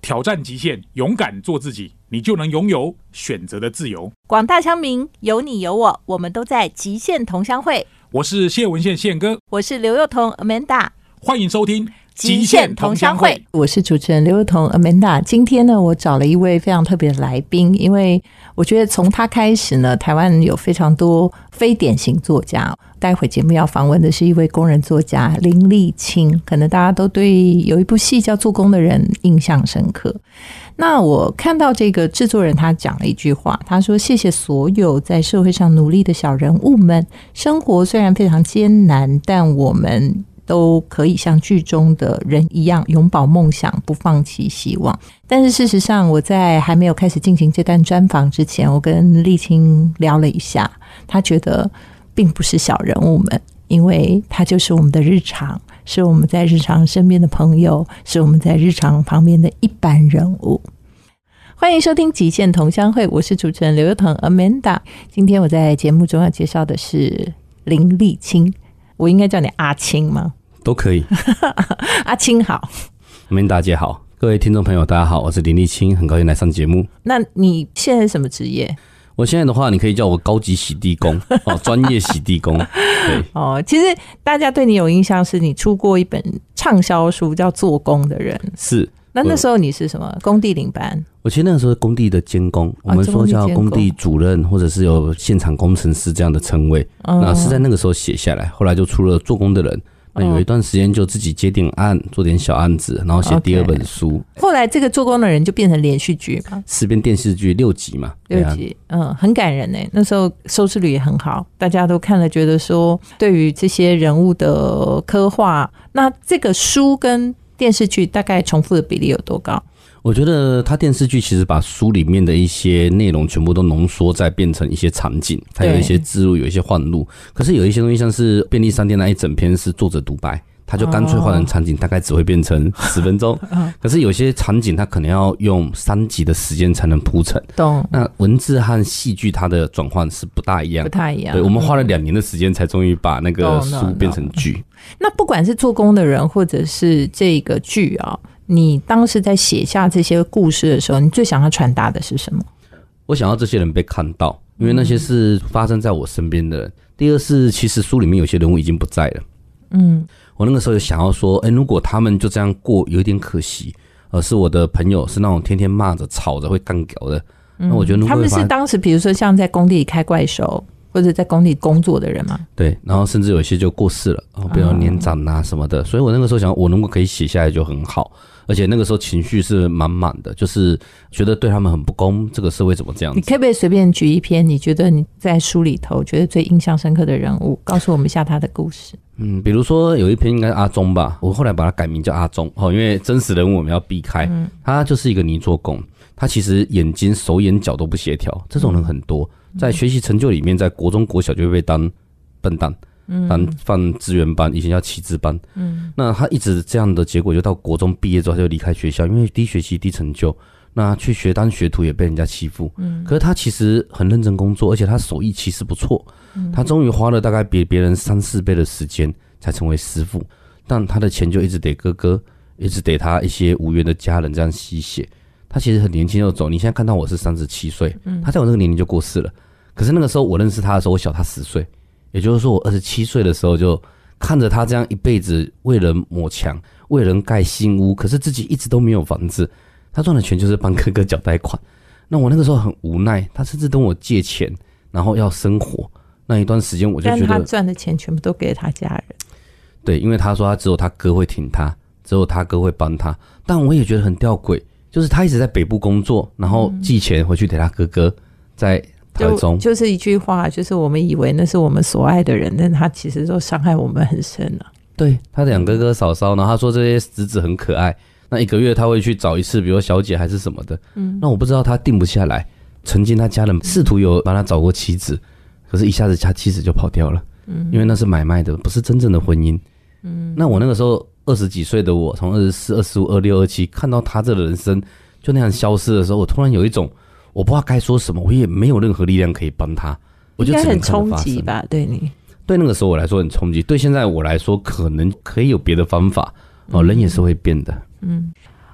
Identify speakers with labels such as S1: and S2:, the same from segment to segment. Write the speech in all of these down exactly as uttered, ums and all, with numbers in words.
S1: 挑战极限，勇敢做自己，你就能拥有选择的自由。
S2: 广大乡民，有你有我，我们都在极限同乡会。
S1: 我是谢文宪宪哥，
S2: 我是刘幼彤 Amanda，
S1: 欢迎收听
S2: 极限同乡会。我是主持人刘幼彤 Amanda。今天呢，我找了一位非常特别的来宾，因为我觉得从他开始呢，台湾有非常多非典型作家。待会节目要访问的是一位工人作家林立青，可能大家都对有一部戏叫《做工的人》印象深刻。那我看到这个制作人他讲了一句话，他说：谢谢所有在社会上努力的小人物们，生活虽然非常艰难，但我们都可以像剧中的人一样拥抱梦想，不放弃希望。但是事实上，我在还没有开始进行这段专访之前，我跟立青聊了一下，他觉得并不是小人物们，因为他就是我们的日常，是我们在日常身边的朋友，是我们在日常旁边的一般人物。欢迎收听极限同乡会，我是主持人刘幼彤 Amanda。 今天我在节目中要介绍的是林立青，我应该叫你阿青吗？
S3: 都可以。
S2: 阿青好。
S3: Amanda姐好，各位听众朋友大家好，我是林立青，很高兴来上节目。
S2: 那你现在是什么职业？
S3: 我现在的话，你可以叫我高级洗地工哦，专业洗地工。对
S2: 哦，其实大家对你有印象，是你出过一本畅销书叫《做工的人》。
S3: 是。
S2: 那那时候你是什么工地领班？
S3: 我其实那个时候工地的监工，我们说叫工地主任，或者是有现场工程师这样的称谓。哦、那是在那个时候写下来，后来就出了《做工的人》。那有一段时间就自己接点案，做点小案子，然后写第二本书。
S2: Okay. 后来这个做工的人就变成连续剧嘛，
S3: 是变电视剧六集嘛，
S2: 六集，嗯，很感人耶。那时候收视率也很好，大家都看了，觉得说对于这些人物的刻画，那这个书跟电视剧大概重复的比例有多高？
S3: 我觉得他电视剧其实把书里面的一些内容全部都浓缩再变成一些场景，它有一些置入，有一些换录。可是有一些东西像是便利商店那一整篇是作者独白，他就干脆换成场景，大概只会变成十分钟。哦、可是有些场景他可能要用三集的时间才能铺陈。
S2: 懂。
S3: 那文字和戏剧它的转换是不大一样，
S2: 不太一样。
S3: 对，我们花了两年的时间才终于把那个书变成剧。
S2: 那不管是做工的人或者是这个剧啊，你当时在写下这些故事的时候，你最想要传达的是什么？
S3: 我想要这些人被看到，因为那些是发生在我身边的人。嗯、第二是，其实书里面有些人物已经不在了。嗯，我那个时候有想要说，哎、欸，如果他们就这样过，有点可惜。呃，是我的朋友，是那种天天骂着、吵着、会干屌的。嗯、那我觉得
S2: 他们是当时，比如说像在工地里开怪手，或者在工地工作的人吗？
S3: 对，然后甚至有些就过世了，哦、比如年长啊什么的。所以我那个时候想，我如果可以写下来就很好。而且那个时候情绪是满满的，就是觉得对他们很不公，这个社会怎么这样子？
S2: 你可不可以随便举一篇你觉得你在书里头觉得最印象深刻的人物，告诉我们一下他的故事？
S3: 嗯，比如说有一篇应该是阿忠吧，我后来把他改名叫阿忠，哦，因为真实人物我们要避开。嗯、他就是一个泥作工，他其实眼睛、手眼脚都不协调，这种人很多，在学习成就里面，在国中、国小就会被当笨蛋。当放资源班，以前叫启智班。嗯，那他一直这样的结果，就到国中毕业之后他就离开学校，因为低学习低成就，那去学当学徒也被人家欺负。嗯，可是他其实很认真工作，而且他手艺其实不错。嗯，他终于花了大概比别人三四倍的时间才成为师傅，但他的钱就一直得哥哥，一直得他一些无缘的家人这样吸血。他其实很年轻就走，你现在看到我是三十七岁，他在我那个年龄就过世了。可是那个时候我认识他的时候，我小他十岁。也就是说，我二十七岁的时候就看着他这样一辈子为人抹墙、为人盖新屋，可是自己一直都没有房子。他赚的钱就是帮哥哥缴贷款。那我那个时候很无奈，他甚至跟我借钱，然后要生活。那一段时间我就觉得，
S2: 但他赚的钱全部都给了他家人。
S3: 对，因为他说他只有他哥会挺他，只有他哥会帮他。但我也觉得很吊诡，就是他一直在北部工作，然后寄钱回去给他哥哥，在
S2: 就, 就是一句话，就是我们以为那是我们所爱的人，但他其实都伤害我们很深了、啊。
S3: 对，他的两哥哥嫂嫂，然后他说这些侄子很可爱，那一个月他会去找一次，比如小姐还是什么的。嗯，那我不知道他定不下来。曾经他家人试图有帮他找过妻子，可是一下子他妻子就跑掉了。嗯，因为那是买卖的，不是真正的婚姻。嗯，那我那个时候二十几岁的我，从二十四、二十五、二六、二七，看到他这个人生就那样消失的时候，我突然有一种。我不知道该说什么，我也没有任何力量可以帮他，我就只能看着发生。应该很冲击吧？对你，对那个时候我来说很冲击，对现在我来说可能可以有别的方法哦，人也是会变的。
S2: 嗯，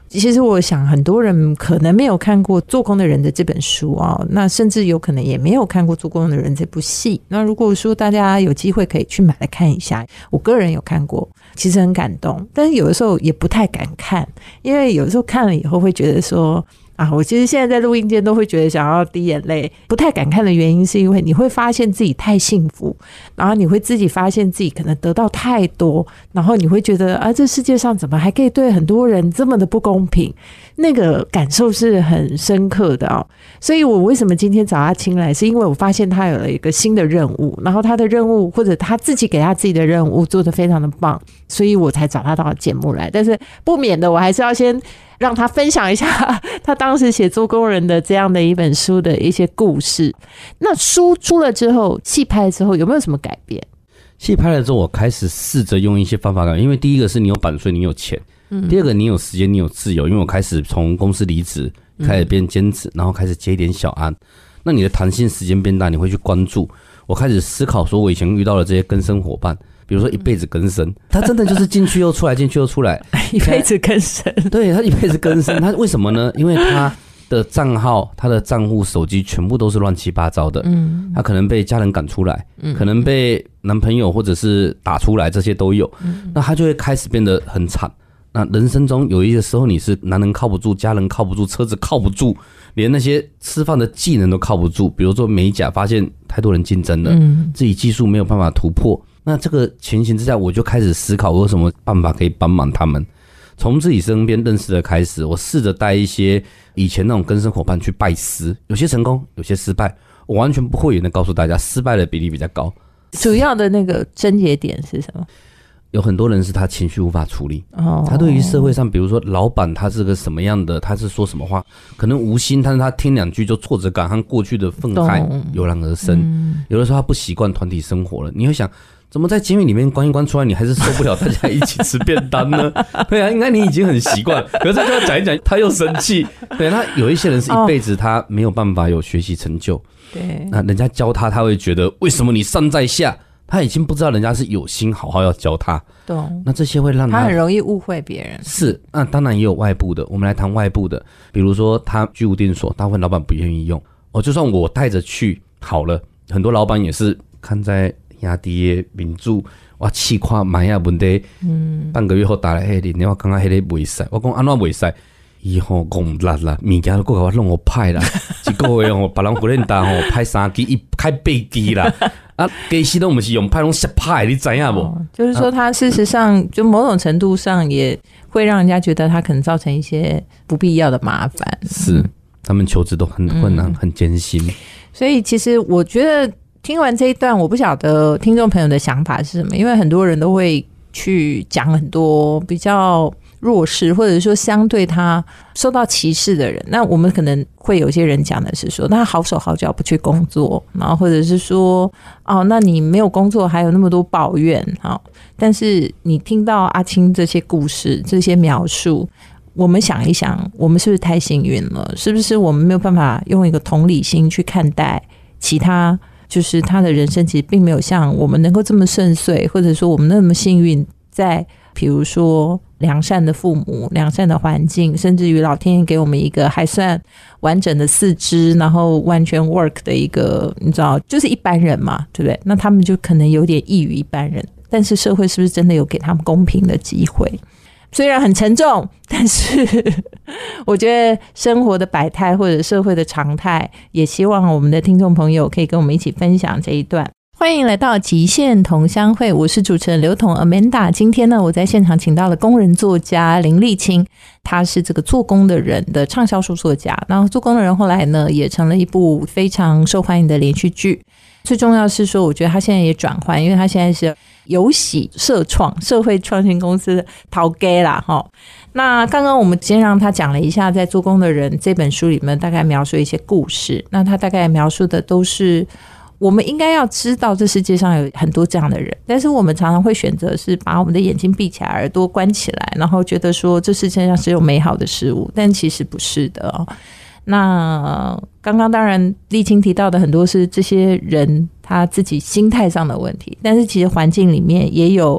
S2: 其实我想很多人可能没有看过《做工的人》的这本书啊、哦，那甚至有可能也没有看过《做工的人》这部戏。那如果说大家有机会可以去买来看一下，我个人有看过，其实很感动，但是有的时候也不太敢看，因为有的时候看了以后会觉得说啊，我其实现在在录音间都会觉得想要滴眼泪，不太敢看的原因是因为你会发现自己太幸福，然后你会自己发现自己可能得到太多，然后你会觉得啊，这世界上怎么还可以对很多人这么的不公平，那个感受是很深刻的哦。所以我为什么今天找阿青来，是因为我发现他有了一个新的任务，然后他的任务或者他自己给他自己的任务做得非常的棒，所以我才找他到节目来。但是不免的我还是要先让他分享一下他当时写做工人的这样的一本书的一些故事。那书出了之后，戏拍之后有没有什么改变？
S3: 戏拍了之后，我开始试着用一些方法改变，因为第一个是你有版税，你有钱；嗯、第二个你有时间，你有自由。因为我开始从公司离职，开始变兼职，然后开始接一点小案。那你的弹性时间变大，你会去关注。我开始思考，说我以前遇到的这些更生伙伴。比如说一辈子更生，他真的就是进去又出来，进去又出来，
S2: 一辈子更生。对，
S3: 他一辈子更生，他为什么呢？因为他的账号、他的账户、手机全部都是乱七八糟的。嗯，他可能被家人赶出来，嗯，可能被男朋友或者是打出来，这些都有。嗯，那他就会开始变得很惨。那人生中有一些时候，你是男人靠不住，家人靠不住，车子靠不住，连那些吃饭的技能都靠不住。比如说美甲，发现太多人竞争了，嗯，自己技术没有办法突破。那这个情形之下，我就开始思考我有什么办法可以帮忙他们。从自己身边认识的开始，我试着带一些以前那种更生伙伴去拜师，有些成功，有些失败。我完全不讳言的告诉大家，失败的比例比较高。
S2: 主要的那个症结点是什么？
S3: 有很多人是他情绪无法处理，哦，他对于社会上，比如说老板他是个什么样的，他是说什么话，可能无心，但是他听两句就挫折感和过去的愤慨油然而生。嗯，有的时候他不习惯团体生活了，你会想，怎么在监狱里面关一关出来，你还是受不了大家一起吃便当呢？对啊，应该你已经很习惯，可是就要讲一讲，他又生气。对，他有一些人是一辈子他没有办法有学习成就，对，那人家教他，他会觉得为什么你上在下？他已经不知道人家是有心好好要教他，懂？那这些会让他
S2: 他很容易误会别人。
S3: 是，那当然也有外部的。我们来谈外部的，比如说他居无定所，大部分老板不愿意用。哦，就算我带着去好了，很多老板也是看在压低的民主，我气垮买下问题，嗯，半个月后打来，嘿，你我刚刚迄个袂使，我讲安怎袂使？伊吼讲唔辣啦，物件都给我弄我派啦，一个月吼，别人不认得吼，派三支，伊开八支啦。啊，其实都不是用派，用瞎派，你知道不、哦？
S2: 就是说，他事实上就某种程度上也会让人家觉得他可能造成一些不必要的麻烦。
S3: 是，他们求职都很困难、嗯、很艰辛。
S2: 所以，其实我觉得听完这一段，我不晓得听众朋友的想法是什么，因为很多人都会去讲很多比较弱势或者说相对他受到歧视的人，那我们可能会有些人讲的是说，那好手好脚不去工作，然后或者是说哦，那你没有工作还有那么多抱怨。好，但是你听到阿青这些故事这些描述，我们想一想，我们是不是太幸运了？是不是我们没有办法用一个同理心去看待其他，就是他的人生其实并没有像我们能够这么顺遂，或者说我们那么幸运，在比如说良善的父母、良善的环境，甚至于老天爷给我们一个还算完整的四肢，然后完全 work 的一个，你知道，就是一般人嘛，对不对？那他们就可能有点异于一般人，但是社会是不是真的有给他们公平的机会？虽然很沉重，但是我觉得生活的百态或者社会的常态，也希望我们的听众朋友可以跟我们一起分享这一段。欢迎来到极限同乡会，我是主持人刘彤 Amanda。 今天呢，我在现场请到了工人作家林立青，他是这个做工的人的畅销书作家，然后做工的人后来呢也成了一部非常受欢迎的连续剧。最重要是说，我觉得他现在也转换，因为他现在是有喜社创社会创新公司的头家啦齁。那刚刚我们先让他讲了一下在做工的人这本书里面大概描述一些故事，那他大概描述的都是我们应该要知道这世界上有很多这样的人，但是我们常常会选择是把我们的眼睛闭起来，耳朵关起来，然后觉得说这世界上只有美好的事物，但其实不是的哦。那刚刚当然立青提到的很多是这些人他自己心态上的问题，但是其实环境里面也有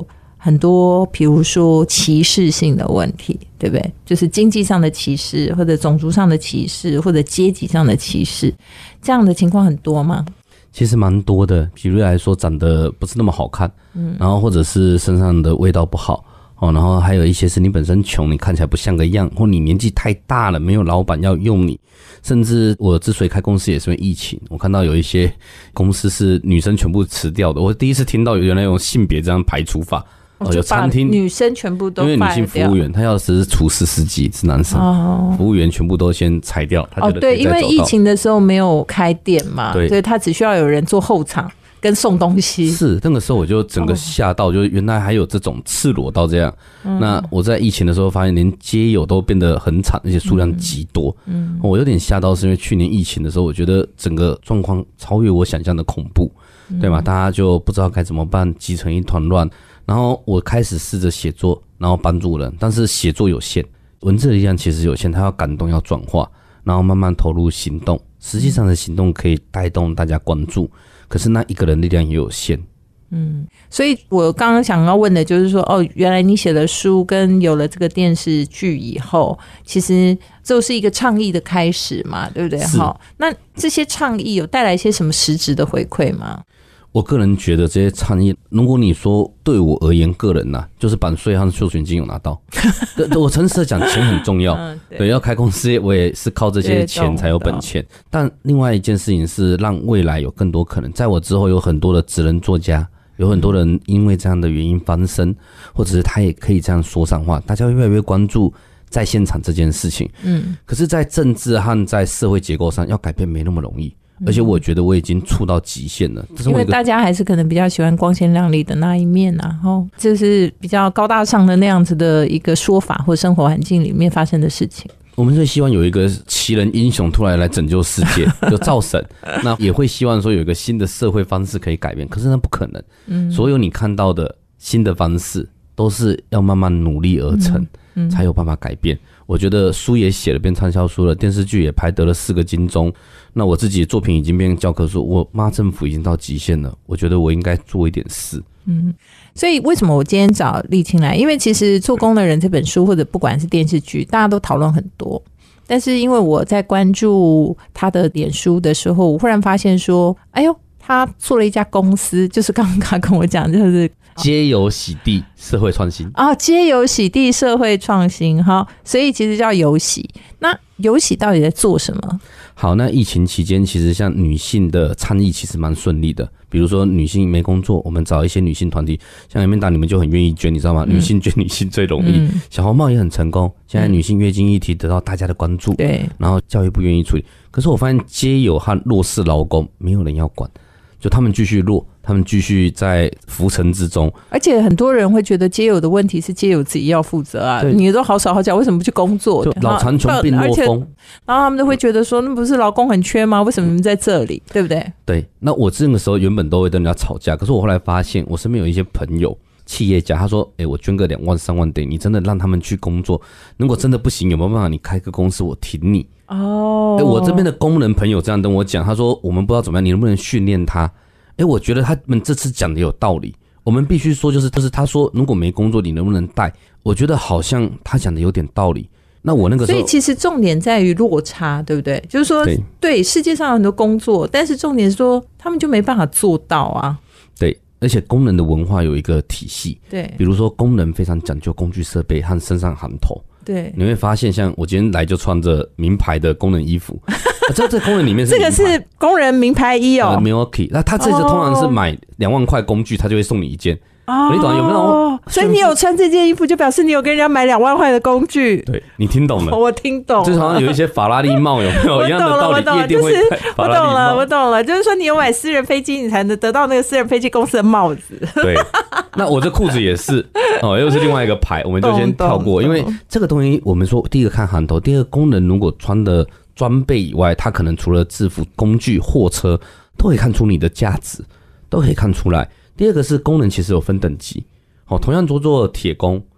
S2: 很多比如说歧视性的问题，对不对？就是经济上的歧视，或者种族上的歧视，或者阶级上的歧视，这样的情况很多吗？
S3: 其实蛮多的，比如来说长得不是那么好看，嗯，然后或者是身上的味道不好哦，然后还有一些是你本身穷，你看起来不像个样，或你年纪太大了，没有老板要用你。甚至我之所以开公司也是因为疫情，我看到有一些公司是女生全部辞掉的，我第一次听到有那种性别这样排除法。
S2: 哦，有餐厅女生全部都，
S3: 因为女性服务员，他要是厨师、司机是男生，哦，服务员全部都先裁掉。他觉得
S2: 哦，对，因为疫情的时候没有开店嘛，对，所以他只需要有人做后场跟送东西。是
S3: 那个时候我就整个吓到，就原来还有这种赤裸到这样。嗯，那我在疫情的时候发现，连街友都变得很惨，而且数量极多。嗯，我有点吓到，是因为去年疫情的时候，我觉得整个状况超越我想象的恐怖，嗯，对吗？大家就不知道该怎么办，急成一团乱。然后我开始试着写作，然后帮助人，但是写作有限，文字的力量其实有限，它要感动，要转化，然后慢慢投入行动。实际上的行动可以带动大家关注，可是那一个人力量也有限。
S2: 嗯，所以我刚刚想要问的就是说，哦，原来你写了书跟有了这个电视剧以后，其实就是一个倡议的开始嘛，对不对？好，那这些倡议有带来一些什么实质的回馈吗？
S3: 我个人觉得这些倡议，如果你说对我而言，个人呐，啊，就是版税和授权金有拿到。我诚实的讲，钱很重要，嗯，对，对，要开公司我也是靠这些钱才有本钱。但另外一件事情是，让未来有更多可能，在我之后有很多的职人作家，有很多人因为这样的原因翻身，或者是他也可以这样说上话，大家会越来越关注在现场这件事情。嗯，可是，在政治和在社会结构上要改变没那么容易。而且我觉得我已经触到极限了，
S2: 因为大家还是可能比较喜欢光鲜亮丽的那一面啊，然后这是比较高大上的那样子的一个说法或生活环境里面发生的事情。
S3: 我们最希望有一个奇人英雄突然来拯救世界，就造神。那也会希望说有一个新的社会方式可以改变，可是那不可能。嗯，所有你看到的新的方式都是要慢慢努力而成，嗯嗯，才有办法改变。我觉得书也写了，变畅销书了，电视剧也拍得了四个金钟。那我自己的作品已经变成教科书，我骂政府已经到极限了，我觉得我应该做一点事。
S2: 嗯，所以为什么我今天找立青来？因为其实《做工的人》这本书，或者不管是电视剧，大家都讨论很多。但是因为我在关注他的脸书的时候，我忽然发现说，哎呦，他做了一家公司，就是刚刚他跟我讲，就是
S3: 街友洗地社会创新
S2: 啊，街友洗地社会创新哈，所以其实叫友洗。那友洗到底在做什么？
S3: 好，那疫情期间，其实像女性的倡议其实蛮顺利的。比如说女性没工作，我们找一些女性团体，像艾曼达你们就很愿意捐，你知道吗？嗯、女性捐女性最容易。嗯、小红帽也很成功，现在女性月经议题得到大家的关注。对，然后教育部愿意处理。可是我发现街友和弱势劳工没有人要管，就他们继续弱。他们继续在浮沉之中，
S2: 而且很多人会觉得街友的问题是街友自己要负责啊，你都好少好讲，为什么不去工作？
S3: 就老残穷病弱风，
S2: 然后他们都会觉得说，那不是劳工很缺吗？为什么你们在这里？对不对？
S3: 对，那我这个时候原本都会跟人家吵架，可是我后来发现，我身边有一些朋友。企业家他说：“哎、欸，我捐个两万三万给你，真的让他们去工作。如果真的不行，有没有办法你开个公司，我挺你。”哦，哎，我这边的工人朋友这样跟我讲，他说：“我们不知道怎么样，你能不能训练他？”哎，我觉得他们这次讲的有道理。我们必须说，就是就是他说，如果没工作，你能不能带？我觉得好像他讲的有点道理。那我那个时候，
S2: 所以其实重点在于落差，对不对？就是说，对，对世界上有很多工作，但是重点是说，他们就没办法做到啊。
S3: 对，而且工人的文化有一个体系，
S2: 对，
S3: 比如说工人非常讲究工具设备和身上行头。对，你会发现，像我今天来就穿着名牌的工人衣服，啊、这这工人里面是
S2: 这个是工人名牌衣哦
S3: ，Milwaukee。那他这次通常是买两万块工具，他就会送你一件。哦，你懂有没有？
S2: 所以你有穿这件衣服，就表示你有跟人家买两万块的工具。
S3: 对，你听懂了？
S2: 我听懂了。
S3: 就好像有一些法拉利帽，有没有一样的道理？夜店会戴法拉利帽。
S2: 我懂了，我懂了，就是说你有买私人飞机，你才能得到那个私人飞机公司的帽子。
S3: 对，那我这裤子也是哦，又是另外一个牌，我们就先跳过，因为这个东西我们说，第一个看行头，第二个工人如果穿的装备以外，他可能除了制服、工具、货车，都可以看出你的价值，都可以看出来。第二个是工人其实有分等级。哦，同样做做铁工，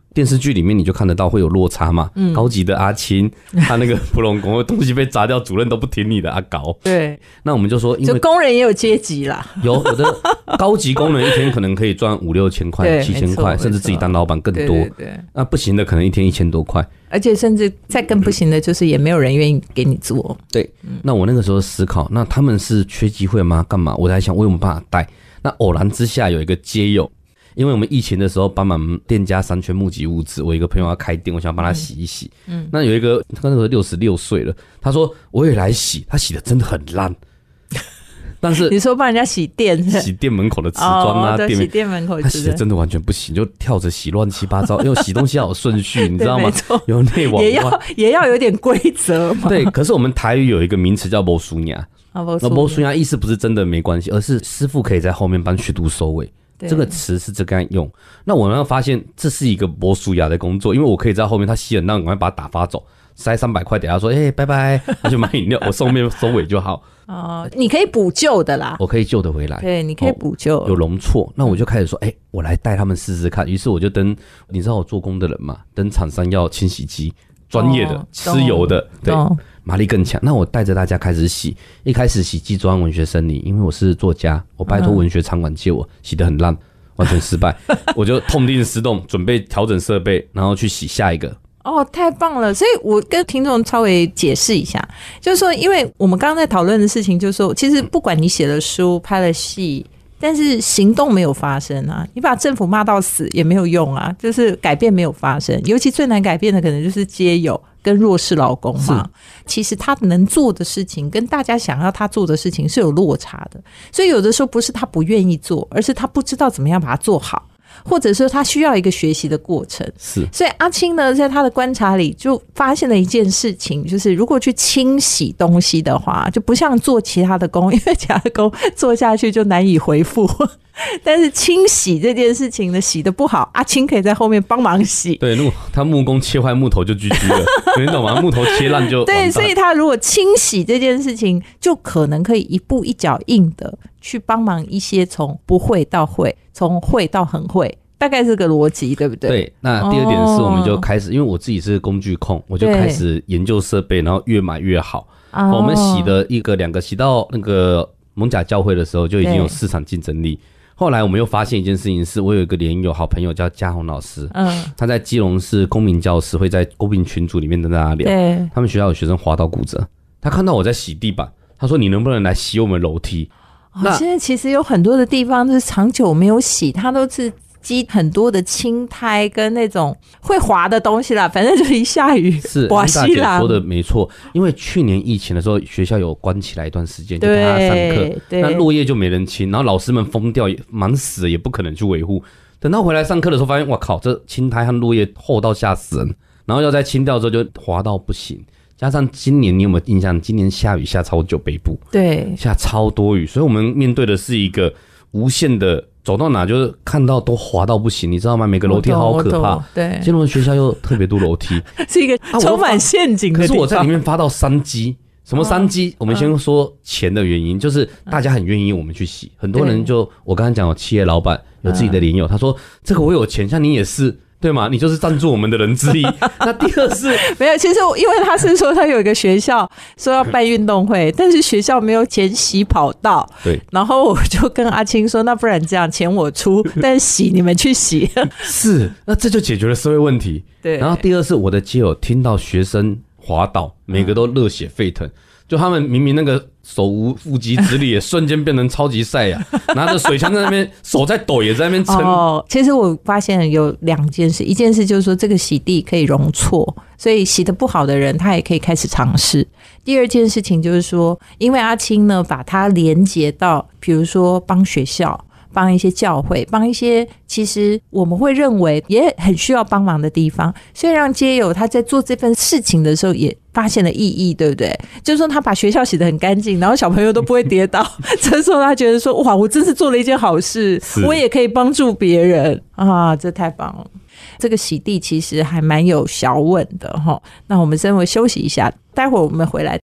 S3: 电视剧里面你就看得到会有落差嘛，嗯、高级的阿青，他那个普龙工东西被砸掉，主任都不听你的阿高。
S2: 对，
S3: 那我们就说，因为
S2: 就工人也有阶级啦，
S3: 有有的高级工人一天可能可以赚五六千块、七千块，甚至自己当老板更多。对对对，那不行的可能一天一千多块，
S2: 而且甚至再更不行的，就是也没有人愿意给你做。
S3: 对，那我那个时候思考，那他们是缺机会吗？干嘛？我在想，我有没有办法带？那偶然之下有一个街友。因为我们疫情的时候帮忙店家三圈募集物资，我有一个朋友要开店，我想帮他洗一洗。嗯，嗯那有一个他那个六十六岁了，他说我也来洗，他洗的真的很烂。但是
S2: 你说帮人家洗店，
S3: 洗店门口的瓷砖啊，
S2: 哦、
S3: 店
S2: 洗店门口，
S3: 他洗的真的完全不行，就跳着洗，乱七八糟。因为洗东西要有顺序，你知道吗？有内往外，
S2: 也要也要有点规则嘛。
S3: 对，可是我们台语有一个名词叫没输牙，那没输牙意思不是真的没关系，而是师傅可以在后面帮学徒收尾。这个词是这个样用，那我们发现这是一个没输牙的工作，因为我可以在后面他洗很烂，赶快把他打发走，塞三百块，等下说，哎、欸，拜拜，他去买饮料，我后面收尾就好。
S2: 哦，你可以补救的啦，
S3: 我可以救得回来。
S2: 对，你可以补救、哦。
S3: 有容错，那我就开始说，哎、欸，我来带他们试试看。于是我就登，你知道我做工的人嘛，登厂商要清洗机，专业的、哦、吃油的，对。马力更强，那我带着大家开始洗。一开始洗技专文学生理，因为我是作家，我拜托文学场馆借我，洗得很烂，完全失败。我就痛定思痛，准备调整设备，然后去洗下一个。
S2: 哦，太棒了！所以我跟听众稍微解释一下，就是说，因为我们刚刚在讨论的事情，就是说，其实不管你写了书、拍了戏，但是行动没有发生啊，你把政府骂到死也没有用啊，就是改变没有发生。尤其最难改变的可能就是街友跟弱势劳工嘛，其实他能做的事情跟大家想要他做的事情是有落差的，所以有的时候不是他不愿意做，而是他不知道怎么样把它做好，或者说他需要一个学习的过程。
S3: 是，
S2: 所以阿青呢，在他的观察里就发现了一件事情，就是如果去清洗东西的话，就不像做其他的工，因为其他的工做下去就难以回复。但是清洗这件事情呢，洗得不好，阿青可以在后面帮忙洗。
S3: 对，如果他木工切坏木头就 G G 了，你懂吗？木头切烂就
S2: 对，所以他如果清洗这件事情，就可能可以一步一脚印的去帮忙一些从不会到会，从会到很会。大概是个逻辑，对不对？
S3: 对，那第二点是我们就开始，哦、因为我自己是工具控，我就开始研究设备，然后越买越好。哦、我们洗的一个两个洗到那个蒙甲教会的时候，就已经有市场竞争力。后来我们又发现一件事情是，我有一个连友好朋友叫嘉宏老师，嗯，他在基隆市公民教师会在公民群组里面跟大家聊，对，他们学校有学生滑倒骨折，他看到我在洗地板，他说你能不能来洗我们楼梯？
S2: 哦、现在其实有很多的地方就是长久没有洗，它都是积很多的青苔跟那种会滑的东西啦，反正就一下雨
S3: 是安大姐说的没错，因为去年疫情的时候学校有关起来一段时间，就大家上课，那落叶就没人清，然后老师们疯掉忙死了，也不可能去维护，等到回来上课的时候发现哇靠，这青苔和落叶厚到吓死人，然后要再清掉之后就滑到不行，加上今年你有没有印象，今年下雨下超久，北部
S2: 对
S3: 下超多雨，所以我们面对的是一个无限的走到哪就是看到都滑到不行，你知道吗？每个楼梯好可怕。对，金融学校又特别多楼梯，
S2: 是一个充满陷阱的地方。
S3: 可是我在里面发到商机，什么商机？哦、我们先说钱的原因，就是大家很愿意我们去洗，很多人就我刚才讲有企业老板有自己的邻友，他说这个我有钱，像你也是。对吗？你就是赞助我们的人之一。那第二是
S2: 没有，其实因为他是说他有一个学校说要办运动会，但是学校没有钱洗跑道。
S3: 对，
S2: 然后我就跟阿青说，那不然这样，钱我出，但是洗你们去洗。
S3: 是，那这就解决了社会问题。对。然后第二是我的街友听到学生滑倒，每个都热血沸腾。嗯，就他们明明那个手无缚鸡之力，也瞬间变成超级赛亚，拿着水枪在那边，手在抖，也在那边撑。
S2: 哦，其实我发现有两件事，一件事就是说这个洗地可以容错，所以洗得不好的人他也可以开始尝试。第二件事情就是说，因为阿青呢把它连结到，比如说帮学校。帮一些教会，帮一些其实我们会认为也很需要帮忙的地方，所以让街友他在做这份事情的时候也发现了意义，对不对？就是说他把学校洗得很干净，然后小朋友都不会跌倒这时候他觉得说哇，我真是做了一件好事，我也可以帮助别人啊，这太棒了。这个洗地其实还蛮有学问的齁。那我们稍微休息一下，待会儿我们回来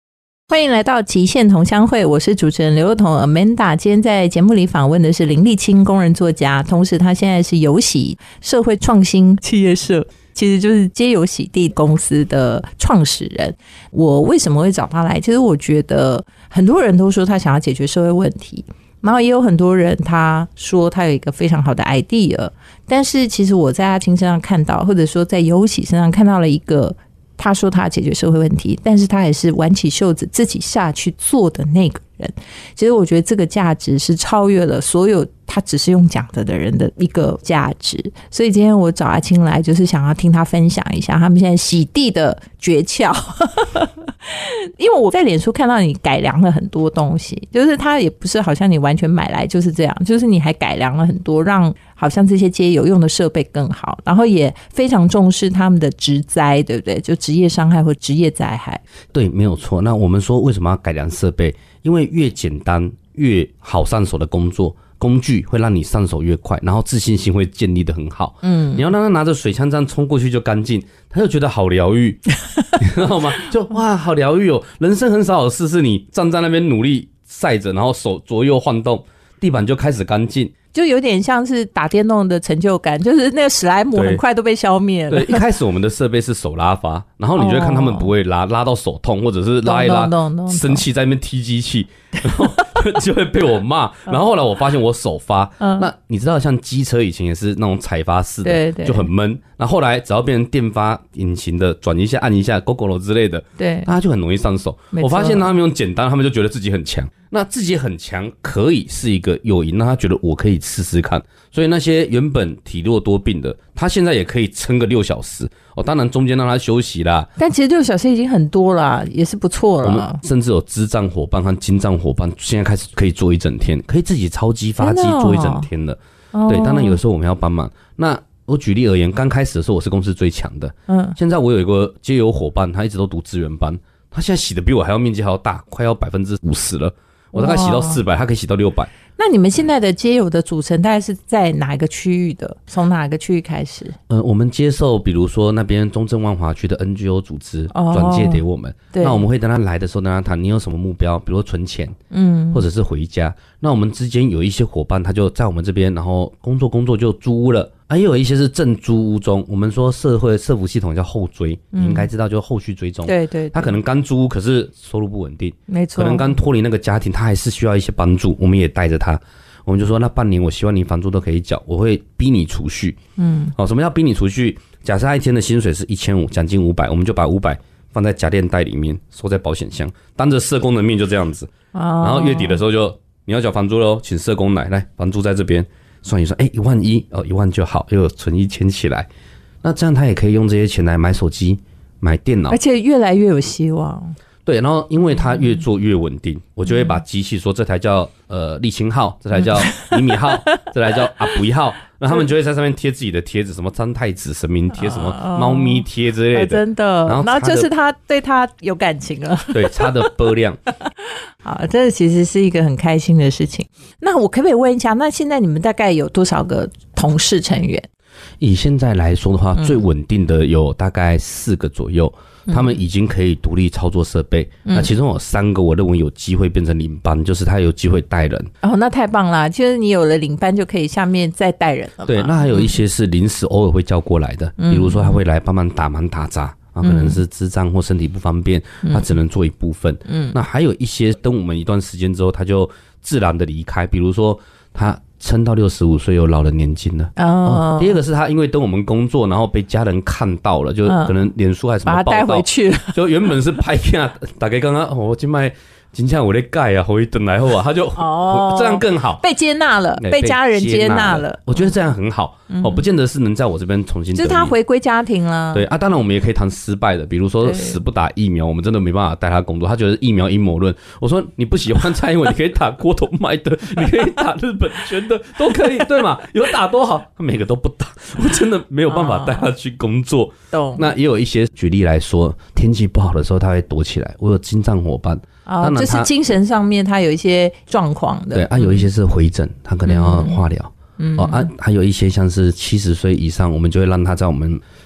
S2: 欢迎来到极限同乡会，我是主持人刘幼彤 Amanda。 今天在节目里访问的是林立青，工人作家，同时他现在是有喜社会创新企业社，其实就是街友洗地公司的创始人。我为什么会找他来？其实我觉得很多人都说他想要解决社会问题，然后也有很多人他说他有一个非常好的 idea， 但是其实我在阿青身上看到，或者说在有喜身上看到了一个他说他解决社会问题，但是他也是挽起袖子自己下去做的那个人。其实我觉得这个价值是超越了所有他只是用讲的的人的一个价值。所以今天我找阿青来，就是想要听他分享一下他们现在洗地的诀窍因为我在脸书看到你改良了很多东西，就是它也不是好像你完全买来就是这样，就是你还改良了很多，让好像这些街友用的设备更好，然后也非常重视他们的职灾，对不对？就职业伤害或职业灾害。
S3: 对，没有错。那我们说为什么要改良设备？因为越简单越好上手的工作工具会让你上手越快，然后自信心会建立得很好。嗯，你要让他拿着水枪这样冲过去就干净，他就觉得好疗愈你知道吗？就哇好疗愈哦。人生很少有事是你站在那边努力晒着，然后手左右晃动，地板就开始干净，
S2: 就有点像是打电动的成就感，就是那个史莱姆很快都被消灭了。
S3: 对，一开始我们的设备是手拉发，然后你就会看他们不会拉，拉到手痛，或者是拉一拉生气在那边踢机器，然后就会被我骂。然后后来我发现我手发，嗯、那你知道像机车以前也是那种踩发式的，对对，就很闷。那后来只要变成电发引擎的，转一下按一下 ，GoGo 之类的，对，那他就很容易上手。我发现他们用简单，他们就觉得自己很强。那自己很强可以是一个诱因，让他觉得我可以试试看。所以那些原本体弱多病的，他现在也可以撑个六小时哦。当然中间让他休息啦，但
S2: 其实六小时已经很多了，也是不错了。
S3: 我们甚至有智障伙伴和精障伙伴，现在开始可以做一整天，可以自己超机发机做一整天了。哦、对，当然有的时候我们要帮忙。那我举例而言，刚开始的时候我是公司最强的，嗯，现在我有一个街友伙伴，他一直都读资源班，他现在洗的比我还要面积还要大，快要百分之五十了。我大概洗到四百，他可以洗到六百。
S2: 那你们现在的街友的组成大概是在哪一个区域的？从哪个区域开始？
S3: 呃，我们接受比如说那边中正万华区的 N G O 组织转介给我们，哦、那我们会等他来的时候跟他谈，你有什么目标？比如说存钱，嗯，或者是回家。那我们之间有一些伙伴，他就在我们这边，然后工作工作就租屋了。啊，也有一些是正租屋中，我们说社会社福系统叫后追，嗯、你应该知道，就是后续追踪。对 对, 对，他可能刚租屋，可是收入不稳定，没错，可能刚脱离那个家庭，他还是需要一些帮助，我们也带着他。我们就说，那半年我希望你房租都可以缴，我会逼你储蓄。嗯，好、哦，什么叫逼你储蓄？假设他一天的薪水是一千五，奖金五百，我们就把五百放在家电袋里面，收在保险箱，当着社工的面就这样子。哦、然后月底的时候就你要缴房租喽，请社工来，来房租在这边。算一算，哎，一万一哦，一万就好，又有存一千起来，那这样他也可以用这些钱来买手机、买电脑，
S2: 而且越来越有希望。
S3: 对，然后因为他越做越稳定，嗯、我就会把机器说这台叫呃立青号，这台叫米米号，这台叫阿布一号，那他们就会在上面贴自己的贴纸，什么三太子神明贴、什么猫咪贴之类的，
S2: 哦、真的。然后, 然后就是他对他有感情了，
S3: 对，他的波量。
S2: 好，这其实是一个很开心的事情。那我可不可以问一下，那现在你们大概有多少个同事成员？
S3: 以现在来说的话，嗯、最稳定的有大概四个左右。他们已经可以独立操作设备，嗯、那其中有三个我认为有机会变成领班，就是他有机会带人。
S2: 哦，那太棒了！其实你有了领班就可以下面再带人了。
S3: 对，那还有一些是临时偶尔会叫过来的，嗯、比如说他会来帮忙打盲打杂，啊，可能是智障或身体不方便，嗯、他只能做一部分。嗯，那还有一些等我们一段时间之后，他就自然的离开，比如说他撑到六十五岁有老人年金了。哦, 哦，第二个是他因为等我们工作，然后被家人看到了，就可能脸书还是什么报道，把他带回去，就原本是拍片，大概刚刚我今麦真正有在改啊，回等来后啊，他就、哦、这样更好，
S2: 被接纳了，被家人接纳了。
S3: 我觉得这样很好、嗯、哦，不见得是能在我这边重新得
S2: 就是他回归家庭了。
S3: 对啊，当然我们也可以谈失败的，比如说死不打疫苗，我们真的没办法带他工作，他觉得疫苗阴谋论。我说你不喜欢蔡英文，你可以打郭董麦的，你可以打日本拳的，都可以，对嘛？有打多好，他每个都不打，我真的没有办法带他去工作。懂、哦。那也有一些举例来说，天气不好的时候他会躲起来。我有精障伙伴。
S2: 哦，就是精神上面他有一些状况的。
S3: 对啊，有一些是回诊，他可能要化疗。嗯，哦啊，还有一些像是七十岁以上，我们就会让他在我们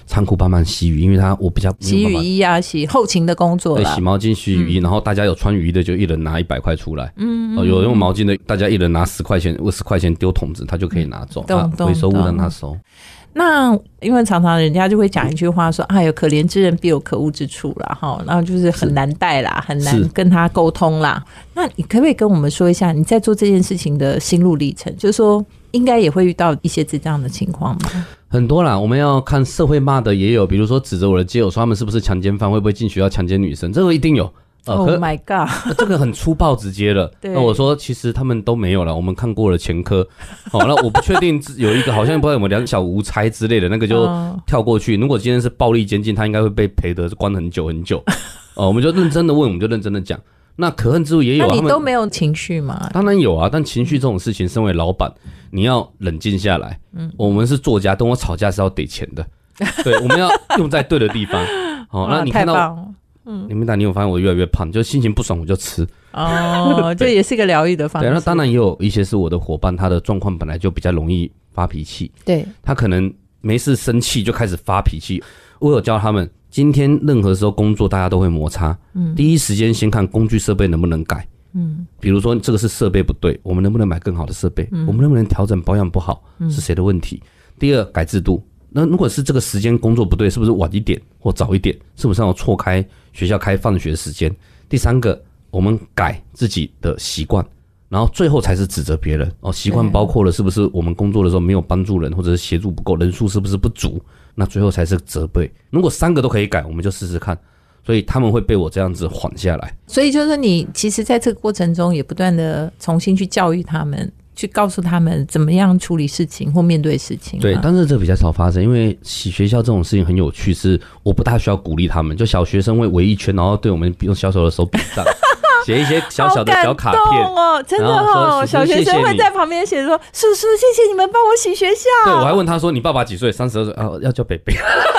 S3: 仓库帮忙洗雨，因为他我比较
S2: 洗雨衣啊，洗后勤的工作啦，
S3: 对，洗毛巾、洗雨衣，嗯、然后大家有穿雨衣的就一人拿一百块出来，嗯、哦，有用毛巾的大家一人拿十块钱、二十块钱丢桶子，他就可以拿走，嗯、啊、回收物让他收。
S2: 那因为常常人家就会讲一句话说，哎呦，可怜之人必有可恶之处啦，哈，然后就是很难带啦，很难跟他沟通啦。那你可不可以跟我们说一下你在做这件事情的心路历程？就是说，应该也会遇到一些这样的情况吗？
S3: 很多啦，我们要看社会骂的也有，比如说指责我的街友说他们是不是强奸犯，会不会进学校强奸女生，这个一定有。
S2: 呃、Oh my god！
S3: 这个很粗暴直接了。那我说其实他们都没有了，我们看过了前科。哦，那我不确定有一个好像不知道有没有两小无猜之类的，那个就跳过去。如果今天是暴力监禁，他应该会被赔的关很久很久。哦，我们就认真的问，我们就认真的讲。那可恨之处也有，
S2: 那你都没有情绪吗？
S3: 当然有啊，但情绪这种事情，身为老板，你要冷静下来。嗯，我们是作家，跟我吵架是要给钱的。对，我们要用在对的地方。好、哦，那你看到。嗯，你们打你有发现我越来越胖，就心情不爽我就吃
S2: 哦，这也是一个疗愈的方式。
S3: 对，那当然也有一些是我的伙伴，他的状况本来就比较容易发脾气，
S2: 对，
S3: 他可能没事生气就开始发脾气。我有教他们，今天任何时候工作大家都会摩擦，嗯，第一时间先看工具设备能不能改，嗯，比如说这个是设备不对，我们能不能买更好的设备，嗯、我们能不能调整保养不好，嗯、是谁的问题？第二，改制度。那如果是这个时间工作不对，是不是晚一点或早一点？是不是要错开学校开放学的时间？第三个，我们改自己的习惯，然后最后才是指责别人。哦，习惯包括了是不是我们工作的时候没有帮助人，或者是协助不够，人数是不是不足？那最后才是责备。如果三个都可以改，我们就试试看。所以他们会被我这样子缓下来。
S2: 所以就是你其实在这个过程中也不断的重新去教育他们。去告诉他们怎么样处理事情或面对事情。
S3: 对，但是这比较少发生，因为洗学校这种事情很有趣，是我不大需要鼓励他们，就小学生会围一圈，然后对我们用小小的手比赞，写一些小小的小卡片
S2: 哦，真的哦，小学生会在旁边写说：“叔叔，谢谢你们帮我洗学校。”
S3: 对，我还问他说：“你爸爸几岁？三十二岁啊，要叫北北。”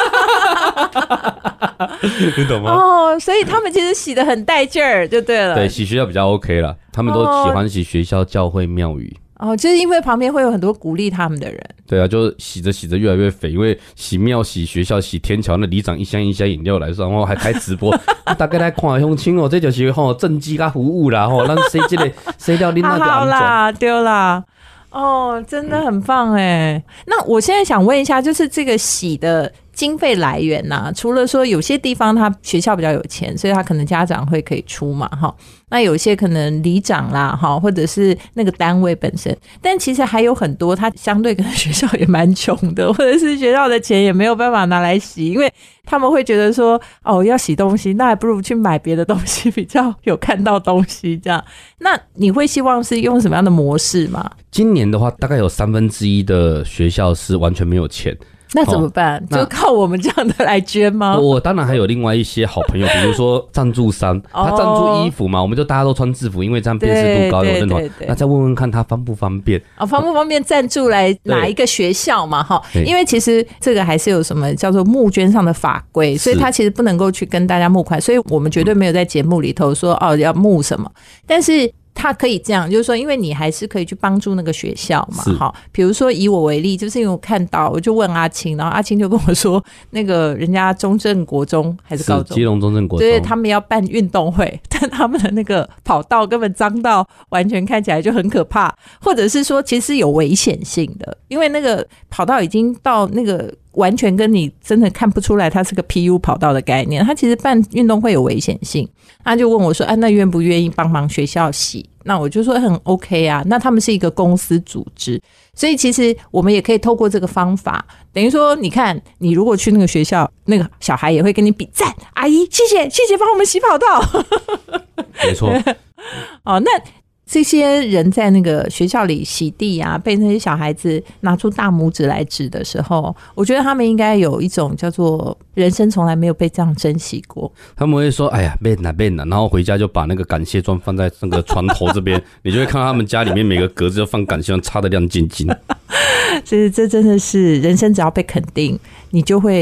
S3: 你懂吗？
S2: 哦，所以他们其实洗得很带劲儿，就对了。
S3: 对，洗学校比较 OK 啦，他们都喜欢洗学校、教会、庙宇。
S2: 哦，就是因为旁边会有很多鼓励他们的人。
S3: 对啊，就洗着洗着越来越肥，因为洗庙、洗学校、洗天桥，那里长一箱一箱饮料来，然后还开直播，大家来看乡亲哦，这就是吼政绩跟服务啦，吼，让谁这个谁掉你那个
S2: 好啦，丢啦。哦，真的很棒哎、嗯！那我现在想问一下，就是这个洗的经费来源呐、啊，除了说有些地方他学校比较有钱，所以他可能家长会可以出嘛，哈。那有些可能里长啦，哈，或者是那个单位本身，但其实还有很多，他相对可能学校也蛮穷的，或者是学校的钱也没有办法拿来洗，因为他们会觉得说，哦，要洗东西，那还不如去买别的东西，比较有看到东西这样。那你会希望是用什么样的模式吗？
S3: 今年的话，大概有三分之一的学校是完全没有钱。
S2: 那怎么办？哦、就靠我们这样的来捐吗？
S3: 我当然还有另外一些好朋友，比如说赞助商，他赞助衣服嘛，我们就大家都穿制服，因为这样辨识度高，有认同。那再问问看他方不方便？
S2: 哦，方不方便赞助来哪一个学校嘛？哈，因为其实这个还是有什么叫做募捐上的法规，所以他其实不能够去跟大家募款，所以我们绝对没有在节目里头说哦要募什么，但是。他可以这样，就是说，因为你还是可以去帮助那个学校嘛，好，比如说以我为例，就是因为我看到，我就问阿青，然后阿青就跟我说，那个人家中正国中还是高中，
S3: 基隆中正国中，
S2: 对，他们要办运动会，但他们的那个跑道根本脏到完全看起来就很可怕，或者是说其实有危险性的，因为那个跑道已经到那个。完全跟你真的看不出来它是个 P U 跑道的概念，它其实办运动会有危险性。他就问我说啊，那愿不愿意帮忙学校洗？那我就说很 OK 啊，那他们是一个公司组织，所以其实我们也可以透过这个方法，等于说你看你如果去那个学校，那个小孩也会跟你比赞，阿姨谢谢谢谢帮我们洗跑道。
S3: 没错。
S2: 哦，那这些人在那个学校里洗地啊，被那些小孩子拿出大拇指来指的时候，我觉得他们应该有一种叫做人生从来没有被这样珍惜过。他
S3: 们会说哎呀变了变了，然后回家就把那个感谢状放在那个床头这边你就会看到他们家里面每个格子就放感谢状，擦得亮晶晶。
S2: 所以这真的是人生只要被肯定，你就会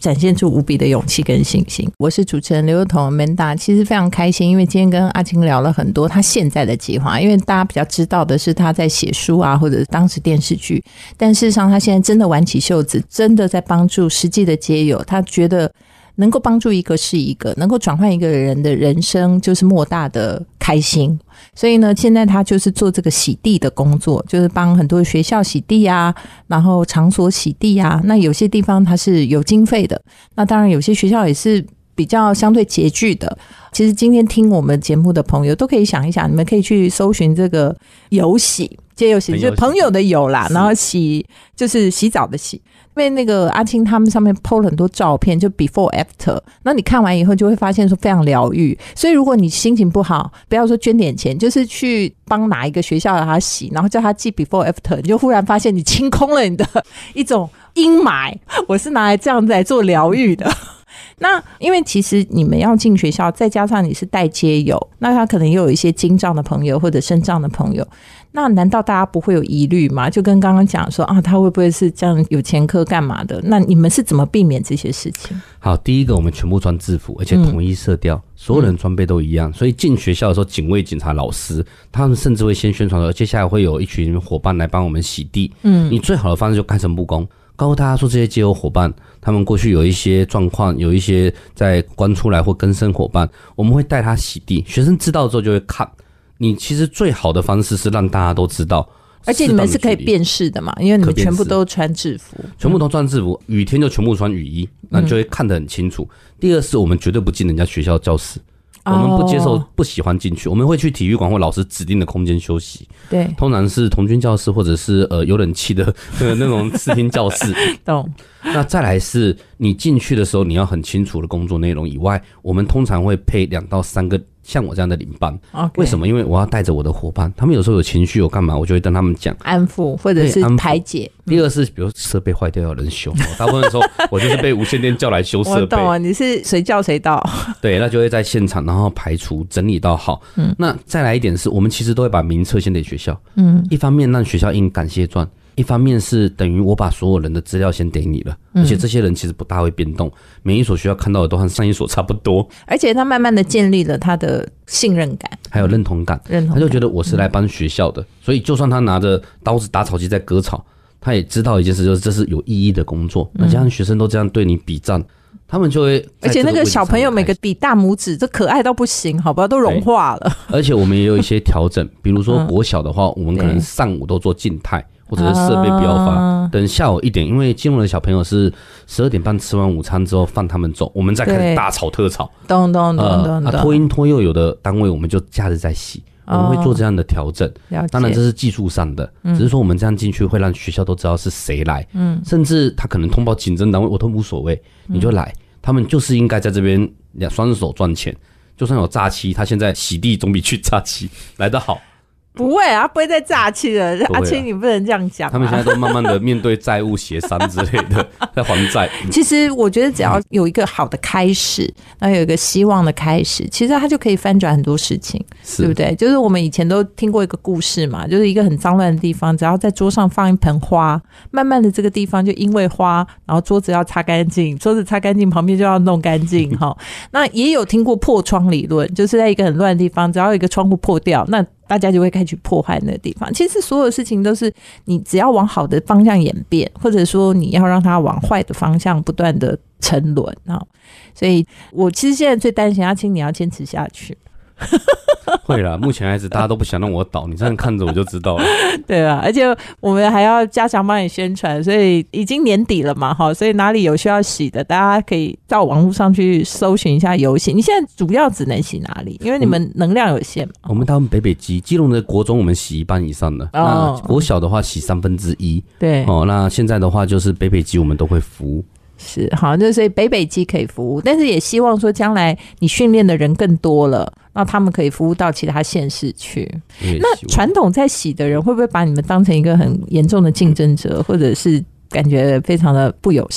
S2: 展现出无比的勇气跟信心。我是主持人刘幼彤 Amanda， 其实非常开心，因为今天跟阿青聊了很多他现在的计划，因为大家比较知道的是他在写书啊，或者当时电视剧，但事实上他现在真的挽起袖子，真的在帮助实际的街友，他觉得能够帮助一个是一个，能够转换一个人的人生就是莫大的开心。所以呢，现在他就是做这个洗地的工作，就是帮很多学校洗地啊，然后场所洗地啊，那有些地方他是有经费的，那当然有些学校也是比较相对拮据的。其实今天听我们节目的朋友都可以想一想，你们可以去搜寻这个有洗街友洗，就是朋友的友啦，然后洗就是洗澡的洗。因为那个阿青他们上面 po 了很多照片，就 before after， 那你看完以后就会发现说非常疗愈。所以如果你心情不好，不要说捐点钱，就是去帮哪一个学校让他洗，然后叫他记 before after， 你就忽然发现你清空了你的一种阴霾。我是拿来这样子来做疗愈的。那因为其实你们要进学校，再加上你是带街友，那他可能又有一些精障的朋友或者身障的朋友，那难道大家不会有疑虑吗？就跟刚刚讲说啊，他会不会是这样有前科干嘛的？那你们是怎么避免这些事情？
S3: 好，第一个我们全部穿制服，而且统一色调，嗯、所有人装备都一样，所以进学校的时候，警卫、警察、老师，他们甚至会先宣传说，接下来会有一群伙伴来帮我们洗地。嗯，你最好的方式就开诚布公。告诉大家说，这些街友伙伴他们过去有一些状况，有一些在关出来或更生伙伴，我们会带他洗地，学生知道之后就会看。你其实最好的方式是让大家都知道，
S2: 而且你们是可以辨识的嘛，因为你们全部都穿制服，
S3: 全部都穿制服，雨天就全部穿雨衣，那你就会看得很清楚。嗯、第二是我们绝对不进人家学校教室。我们不接受，不喜欢进去，我们会去体育馆或老师指定的空间休息。
S2: 对，
S3: 通常是童军教室或者是呃有冷气的那种视听教室。
S2: 懂。
S3: 那再来是你进去的时候，你要很清楚的工作内容以外，我们通常会配两到三个像我这样的领班。Okay. 为什么？因为我要带着我的伙伴，他们有时候有情绪有干嘛，我就会跟他们讲
S2: 安抚或者是排解。
S3: 第二是比如设备坏掉要人修，大部分的时候我就是被无线电叫来修设备。
S2: 我懂啊，你是谁叫谁到。
S3: 对，那就会在现场，然后排除整理到好。嗯，那再来一点是我们其实都会把名册先给学校。嗯，一方面让学校印感谢状。一方面是等于我把所有人的资料先给你了，而且这些人其实不大会变动，每一所学校看到的都和上一所差不多，
S2: 而且他慢慢的建立了他的信任感，
S3: 还有认同感，认同感他就觉得我是来帮学校的，嗯、所以就算他拿着刀子打草机在割草，他也知道一件事，就是这是有意义的工作。那加上学生都这样对你比赞，他们就会，
S2: 而且那个小朋友每个比大拇指，这可爱到不行，好不好？都融化了。
S3: 而且我们也有一些调整，比如说国小的话，我们可能上午都做静态。或者是设备不要发、啊、等下午一点，因为金融的小朋友是十二点半吃完午餐之后放他们走，我们再开始大吵特吵。
S2: 咚咚咚咚咚。
S3: 托婴托幼有的单位我们就假日再洗，我们会做这样的调整。哦、当然这是技术上的、嗯，只是说我们这样进去会让学校都知道是谁来，嗯，甚至他可能通报警侦单位我都无所谓，你就来，他们就是应该在这边双手赚钱，就算有诈欺，他现在洗地总比去诈欺来得好。
S2: 不会啊，不会再诈欺了。阿青，你不能这样讲、啊。
S3: 他们现在都慢慢的面对债务协商之类的，在还债。
S2: 其实我觉得只要有一个好的开始，然后有一个希望的开始，其实它就可以翻转很多事情，对不对？就是我们以前都听过一个故事嘛，就是一个很脏乱的地方，只要在桌上放一盆花，慢慢的这个地方就因为花，然后桌子要擦干净，桌子擦干净，旁边就要弄干净哈。那也有听过破窗理论，就是在一个很乱的地方，只要有一个窗户破掉，那大家就会开始破坏那个地方。其实所有事情都是你只要往好的方向演变，或者说你要让它往坏的方向不断的沉沦。所以我其实现在最担心阿青你要坚持下去。
S3: 会啦，目前为止大家都不想让我倒，你这样看着我就知道了。
S2: 对啊，而且我们还要加强帮你宣传，所以已经年底了嘛，所以哪里有需要洗的，大家可以到网络上去搜寻一下游戏。你现在主要只能洗哪里？因为你们能量有限嘛。
S3: 我们到北北基基隆的国中，我们洗一半以上的，哦、那国小的话洗三分之一。
S2: 对，
S3: 哦，那现在的话就是北北基我们都会服务。
S2: 是好，那所以北北基可以服务，但是也希望说将来你训练的人更多了，那他们可以服务到其他县市去。那传统在洗的人会不会把你们当成一个很严重的竞争者，或者是感觉非常的不友善？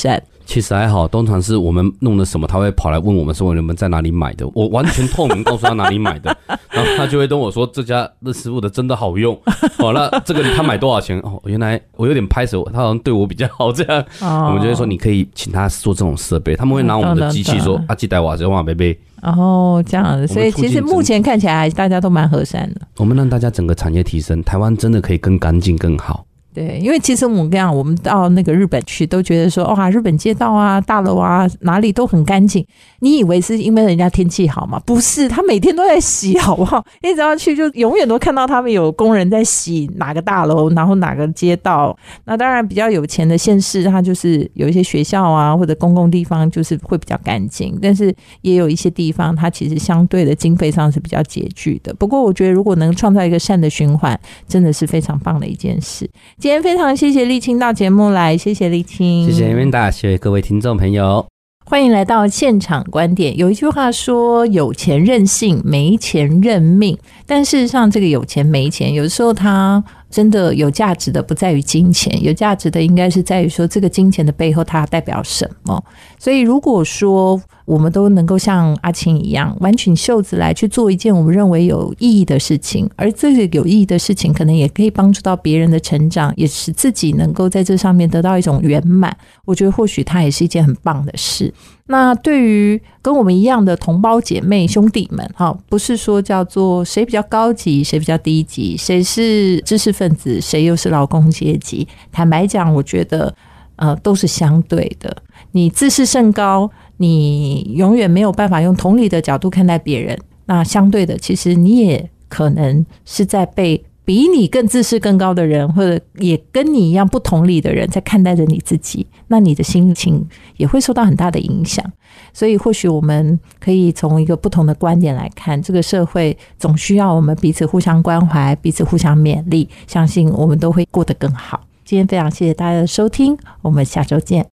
S3: 其实还好，通常是我们弄了什么，他会跑来问我们说我们在哪里买的，我完全透明告诉他哪里买的，然后他就会跟我说这家的师傅的真的好用，哦，那这个他买多少钱？哦，原来我有点拍手，他好像对我比较好这样，哦、我们就会说你可以请他做这种设备，他们会拿我们的机器说、嗯、啊，记得我这话贝贝。
S2: 哦，这样子，所以其实目前看起来大家都蛮和善的。
S3: 我们让大家整个产业提升，台湾真的可以更干净更好。
S2: 对，因为其实我们讲，我们到那个日本去，都觉得说，哇，日本街道啊、大楼啊，哪里都很干净。你以为是因为人家天气好吗？不是，他每天都在洗，好不好？你只要去，就永远都看到他们有工人在洗哪个大楼，然后哪个街道。那当然，比较有钱的县市，它就是有一些学校啊，或者公共地方，就是会比较干净。但是也有一些地方，它其实相对的经费上是比较拮据的。不过，我觉得如果能创造一个善的循环，真的是非常棒的一件事。今天非常谢谢立青到节目来，谢谢立青，
S3: 谢谢Amanda，谢谢各位听众朋友，
S2: 欢迎来到现场观点。有一句话说，有钱任性，没钱认命。但事实上，这个有钱没钱，有的时候它真的有价值的不在于金钱，有价值的应该是在于说这个金钱的背后它代表什么。所以如果说我们都能够像阿青一样挽起袖子来去做一件我们认为有意义的事情，而这个有意义的事情可能也可以帮助到别人的成长，也使自己能够在这上面得到一种圆满，我觉得或许它也是一件很棒的事。那对于跟我们一样的同胞姐妹兄弟们，不是说叫做谁比较高级谁比较低级，谁是知识分子谁又是劳工阶级，坦白讲我觉得呃，都是相对的。你自视甚高，你永远没有办法用同理的角度看待别人，那相对的其实你也可能是在被比你更自视更高的人，或者也跟你一样不同理的人在看待着你自己，那你的心情也会受到很大的影响。所以或许我们可以从一个不同的观点来看，这个社会总需要我们彼此互相关怀，彼此互相勉励，相信我们都会过得更好。今天非常谢谢大家的收听，我们下周见。